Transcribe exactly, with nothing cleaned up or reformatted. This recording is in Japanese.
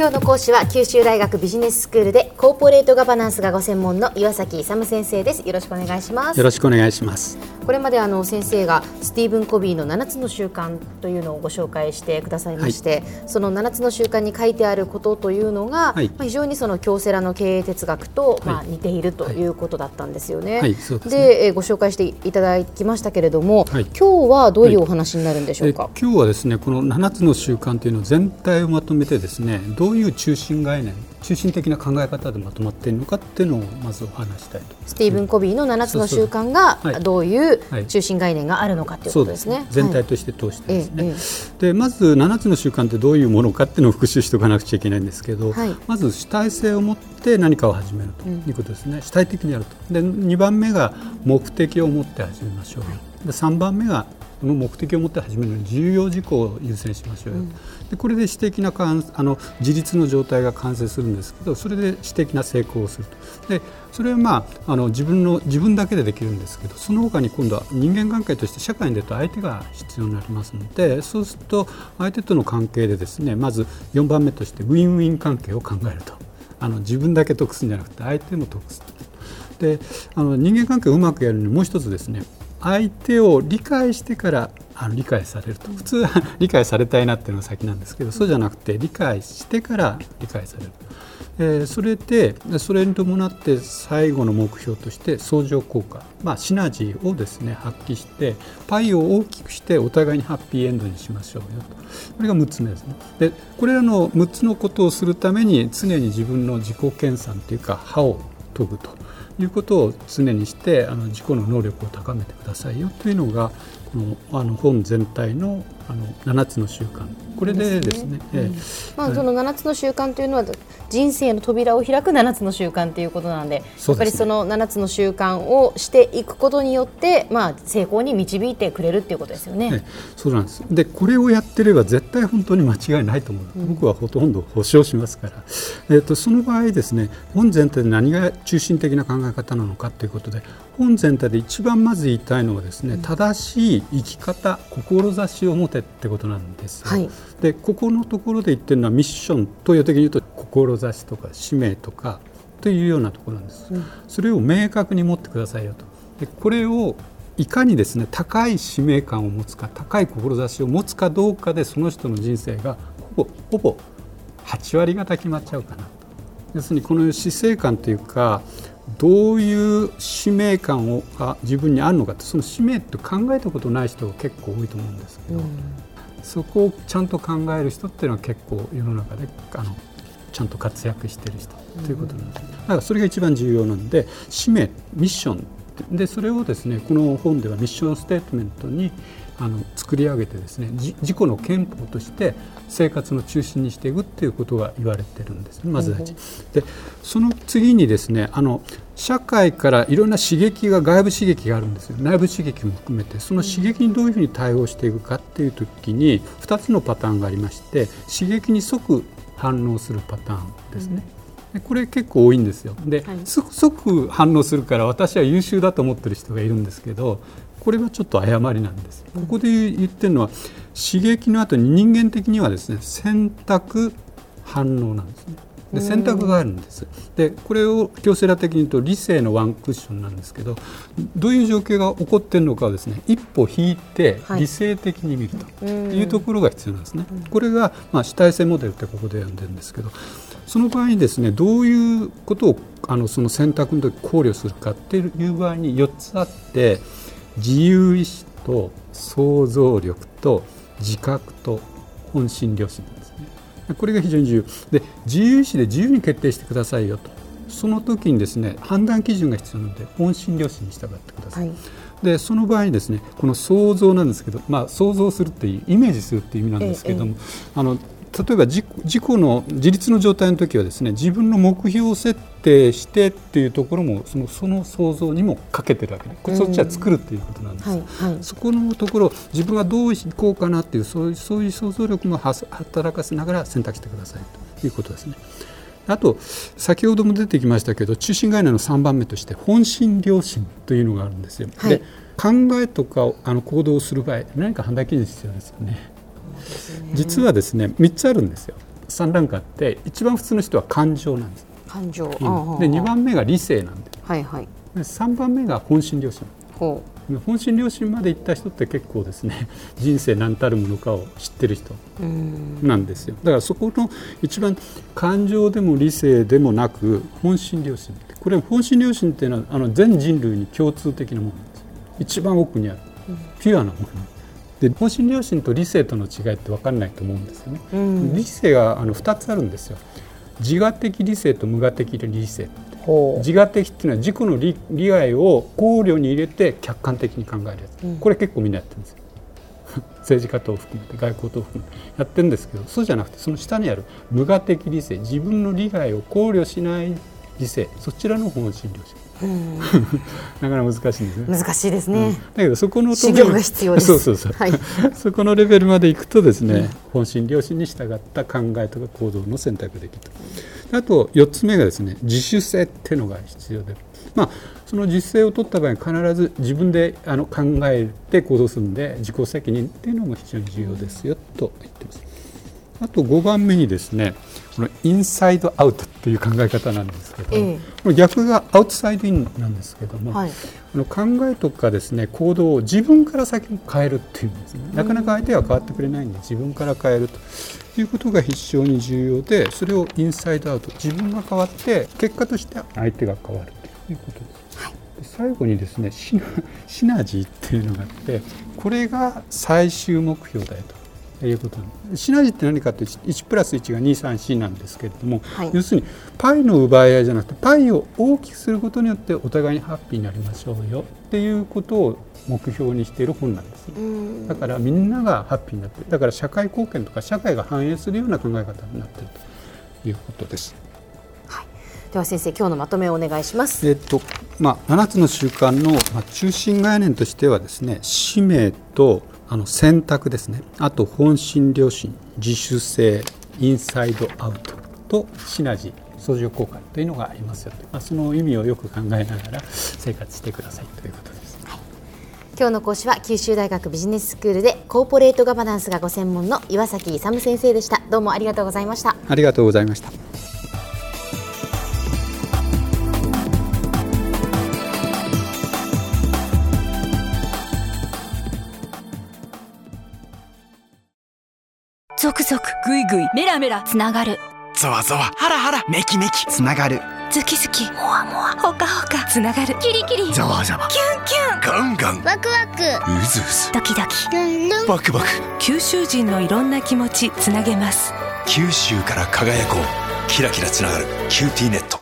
今日の講師は九州大学ビジネススクールでコーポレートガバナンスがご専門の岩崎勇先生です。よろしくお願いします。 よろしくお願いします。 これまであの先生がスティーブン・コビーのななつの習慣というのをご紹介してくださいまして、はい、そのななつの習慣に書いてあることというのが、はい、まあ、非常にその京セラの経営哲学と、まあ、似ているということだったんですよね。はいはい、そうですね。で、えー、ご紹介していただきましたけれども、はい、今日はどういうお話になるんでしょうか。 はい、今日はですね、このななつの習慣というの全体をまとめてですね、どういう中心概念、中心的な考え方でまとまっているのかっていうのをまずお話したいと。 スティーブン・コビーのななつの習慣がどういう中心概念があるのかということですね。 そうですね、全体として通してですね、はい、でまずななつの習慣ってどういうものかっていうのを復習しておかなくちゃいけないんですけど、はい、まず主体性を持って何かを始めるということですね、うん、主体的にやると。でにばんめが目的を持って始めましょうよ。でさんばんめがこの目的を持って始めるのに重要事項を優先しましょうよ、うん、でこれで私的なあの自立の状態が完成するんですけど、それで私的な成功をすると。でそれは、まあ、あの 自分の自分だけでできるんですけど、その他に今度は人間関係として社会に出ると相手が必要になりますので、そうすると相手との関係でですね、まずよんばんめとしてウィンウィン関係を考えると。あの自分だけ得するんじゃなくて相手も得すると。であの人間関係をうまくやるにもう一つですね、相手を理解してからあの理解されると。普通は理解されたいなっていうのが先なんですけど、そうじゃなくて理解してから理解される、えー、それでそれに伴って最後の目標として相乗効果、まあ、シナジーをですね発揮してパイを大きくしてお互いにハッピーエンドにしましょうよと。これがむっつめですね。でこれらのむっつのことをするために常に自分の自己研鑽というか歯を研ぐということを常にしてあの自己の能力を高めてくださいよというのがこのあの本全体のあのななつの習慣、これでですね、 うん、えーまあ、そのななつの習慣というのは人生の扉を開くななつの習慣ということなので、やっぱりそのななつの習慣をしていくことによって、まあ、成功に導いてくれるということですよね。 ね、そうなんです。でこれをやってれば絶対本当に間違いないと思う、うん、僕はほとんど保証しますから、えーと、その場合ですね、本全体で何が中心的な考え方なのかということで、本全体で一番まず言いたいのはですね、うん、正しい生き方、志を持てってことなんですよ。はい、でここのところで言ってるのはミッション、東洋的に言うと志とか使命とかというようなところなんです。うん、それを明確に持ってくださいよと。でこれをいかにですね高い使命感を持つか、高い志を持つかどうかでその人の人生がほぼほぼはちわり方決まっちゃうかなと。要するにこの死生観というか、どういう使命感をが自分にあるのかって、その使命って考えたことない人が結構多いと思うんですけど、うん、そこをちゃんと考える人っていうのは結構世の中であのちゃんと活躍している人ということなんです。だからそれが一番重要なので、使命、ミッションで、それをですねこの本ではミッションステートメントにあの作り上げてですね、自己の憲法として生活の中心にしていくっていうことが言われてるんですね、まず第一。でその次にですね、あの社会からいろんな刺激が、外部刺激があるんですよ。内部刺激も含めて、その刺激にどういうふうに対応していくかっていう時にふたつのパターンがありまして、刺激に即反応するパターンですね。でこれ結構多いんですよ。で、はい、即反応するから私は優秀だと思ってる人がいるんですけど、これはちょっと誤りなんです。ここで言ってるのは、刺激の後に人間的にはですね選択反応なんですね。で選択があるんです。でこれを京セラ的に言うと理性のワンクッションなんですけど、どういう状況が起こっているのかをですね一歩引いて理性的に見るというところが必要なんですね。これが、まあ、主体性モデルってここで呼んでるんですけど、その場合にですねどういうことをあのその選択の時考慮するかっていう場合によっつあって、自由意志と想像力と自覚と本心良心なんですね。これが非常に重要で、自由意志で自由に決定してくださいよと。その時にですね判断基準が必要なので本心良心に従ってください。はい、でその場合にですねこの想像なんですけど、まあ、想像するっていうイメージするっていう意味なんですけども、ええ、あの例えば自己、自己の自立の状態の時はですね自分の目標を設定してっていうところもその、その想像にもかけてるわけで、これそっちは作るっていうことなんです。はいはい、そこのところ自分がどういこうかなっていうそういう、そういう想像力も働かせながら選択してくださいということですね。あと先ほども出てきましたけど、中心概念のさんばんめとして本心良心というのがあるんですよ。はい、で考えとかあの行動をする場合何か判断基準必要ですよね。実はですねみっつあるんですよ。 さんランクあって、一番普通の人は感情なんです。 感情、 うん、でにばんめが理性なんで、 はいはい、 でさんばんめが本心良心。 ほう、 本心良心までいった人って結構ですね、人生何たるものかを知ってる人なんですよ。だからそこの一番感情でも理性でもなく本心良心、これ本心良心っていうのはあの全人類に共通的なものなんです。一番奥にあるピュアなもので、本心良心と理性との違いって分かんないと思うんですよね。うん、理性があのふたつあるんですよ。自我的理性と無我的理性。自我的っていうのは自己の 利, 利害を考慮に入れて客観的に考えるやつ、うん、これ結構みんなやってるんですよ政治家等を含めて外交等を含めてやってるんですけど、そうじゃなくてその下にある無我的理性、自分の利害を考慮しない理性、そちらの本心良心なかなか難しいんですね。 難しいですね、うん、だけどそこの修行が必要です。 そうそうそう、はい、そこのレベルまでいくとですね、うん、本心良心に従った考えとか行動の選択できると。あとよっつめがですね、自主性っていうのが必要で、まあ、その自主性を取った場合必ず自分であの考えて行動するので自己責任っていうのも非常に重要ですよと言ってます。あとごばんめにですね、このインサイドアウトっていう考え方なんですけど、ええ、この逆がアウトサイドインなんですけども、はい、この考えとかですね行動を自分から先に変えるっていうんですね。なかなか相手は変わってくれないんで自分から変えるということが非常に重要で、それをインサイドアウト、自分が変わって結果として相手が変わるということです。はい、で最後にですねシナ、シナジーっていうのがあって、これが最終目標だよということなんです。シナジーって何かというといちプラスいちがに、さん、よんなんですけれども、はい、要するにパイの奪い合いじゃなくてパイを大きくすることによってお互いにハッピーになりましょうよっていうことを目標にしている本なんですね。だからみんながハッピーになっている、だから社会貢献とか社会が反映するような考え方になっているということです。 はい、では先生、今日のまとめをお願いします。 えっとまあ、ななつの習慣の、まあ、中心概念としてはですね、使命とあの選択ですね、あと本心良心、自主性、インサイドアウトとシナジー、相乗効果というのがありますよと、まあ、その意味をよく考えながら生活してくださいということです。はい、 今日の講師は九州大学ビジネススクールでコーポレートガバナンスがご専門の岩崎勇先生でした。どうもありがとうございました。 ありがとうございました。 ゾクゾクグイグイメラメラつながる、 ゾワゾワハラハラメキメキつながる、 ズキズキモワモワホカホカつながる、キリキリザワザワキュンキュンガンガンワクワクウズウズドキドキルンルンバクバク、 九州人のいろんな気持ちつなげます。 九州から輝こう、キラキラつながるキューティーネット。